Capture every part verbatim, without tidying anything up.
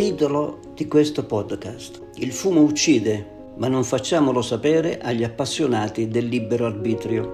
titolo di questo podcast. Il fumo uccide, ma non facciamolo sapere agli appassionati del libero arbitrio.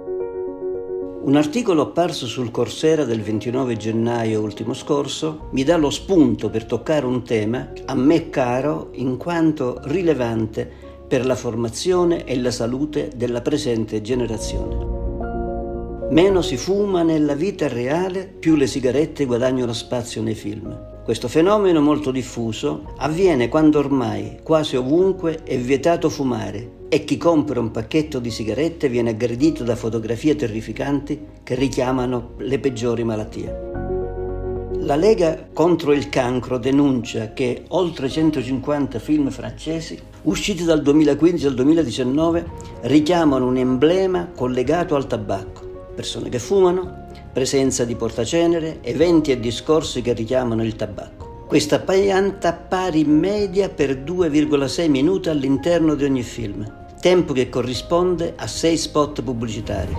Un articolo apparso sul Coursera del ventinove gennaio ultimo scorso mi dà lo spunto per toccare un tema a me caro in quanto rilevante per la formazione e la salute della presente generazione. Meno si fuma nella vita reale, più le sigarette guadagnano spazio nei film. Questo fenomeno molto diffuso avviene quando ormai quasi ovunque è vietato fumare e chi compra un pacchetto di sigarette viene aggredito da fotografie terrificanti che richiamano le peggiori malattie. La Lega contro il cancro denuncia che oltre centocinquanta film francesi usciti dal duemilaquindici al duemiladiciannove richiamano un emblema collegato al tabacco. Persone che fumano, presenza di portacenere, eventi e discorsi che richiamano il tabacco. Questa pianta appare in media per due virgola sei minuti all'interno di ogni film, tempo che corrisponde a sei spot pubblicitari.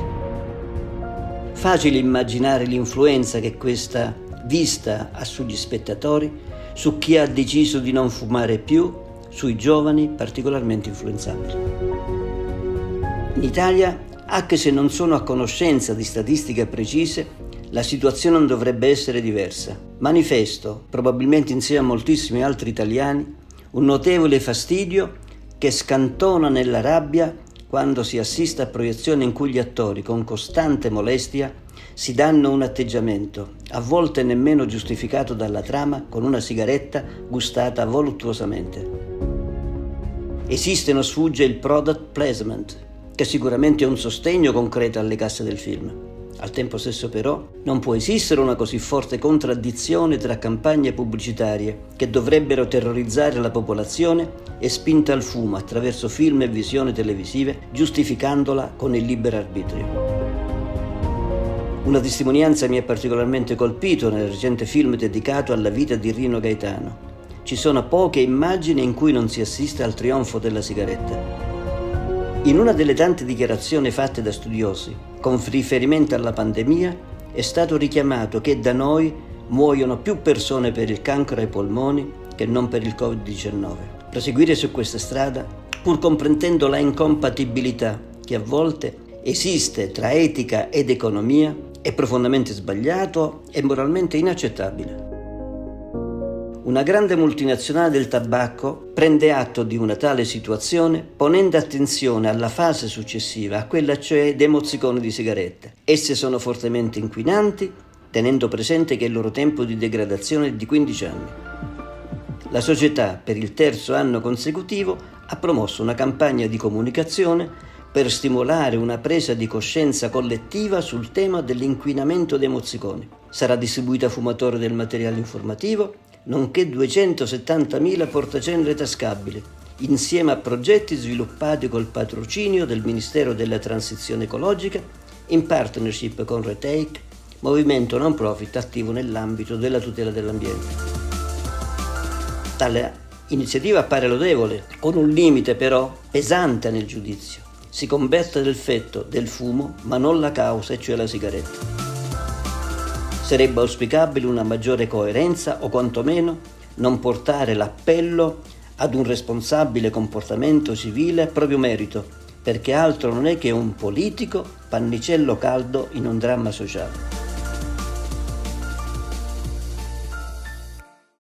Facile immaginare l'influenza che questa vista ha sugli spettatori, su chi ha deciso di non fumare più, sui giovani particolarmente influenzabili. In Italia, anche se non sono a conoscenza di statistiche precise, la situazione non dovrebbe essere diversa. Manifesto, probabilmente insieme a moltissimi altri italiani, un notevole fastidio che scantona nella rabbia quando si assiste a proiezioni in cui gli attori, con costante molestia, si danno un atteggiamento, a volte nemmeno giustificato dalla trama, con una sigaretta gustata voluttuosamente. Esiste e non sfugge il product placement, che sicuramente è un sostegno concreto alle casse del film. Al tempo stesso però non può esistere una così forte contraddizione tra campagne pubblicitarie che dovrebbero terrorizzare la popolazione e spinta al fumo attraverso film e visioni televisive, giustificandola con il libero arbitrio. Una testimonianza mi ha particolarmente colpito nel recente film dedicato alla vita di Rino Gaetano. Ci sono poche immagini in cui non si assiste al trionfo della sigaretta. In una delle tante dichiarazioni fatte da studiosi, con riferimento alla pandemia, è stato richiamato che da noi muoiono più persone per il cancro ai polmoni che non per il covid diciannove. Proseguire su questa strada, pur comprendendo la incompatibilità che a volte esiste tra etica ed economia, è profondamente sbagliato e moralmente inaccettabile. Una grande multinazionale del tabacco prende atto di una tale situazione ponendo attenzione alla fase successiva, a quella cioè dei mozziconi di sigarette. Esse sono fortemente inquinanti, tenendo presente che il loro tempo di degradazione è di quindici anni. La società, per il terzo anno consecutivo, ha promosso una campagna di comunicazione per stimolare una presa di coscienza collettiva sul tema dell'inquinamento dei mozziconi. Sarà distribuito a fumatori del materiale informativo, nonché duecentosettantamila portacenere tascabili, insieme a progetti sviluppati col patrocinio del Ministero della Transizione Ecologica in partnership con Retake, movimento non profit attivo nell'ambito della tutela dell'ambiente. Tale iniziativa appare lodevole, con un limite però pesante nel giudizio. Si combatte l'effetto del fumo, ma non la causa, e cioè la sigaretta. Sarebbe auspicabile una maggiore coerenza o quantomeno non portare l'appello ad un responsabile comportamento civile a proprio merito, perché altro non è che un politico pannicello caldo in un dramma sociale.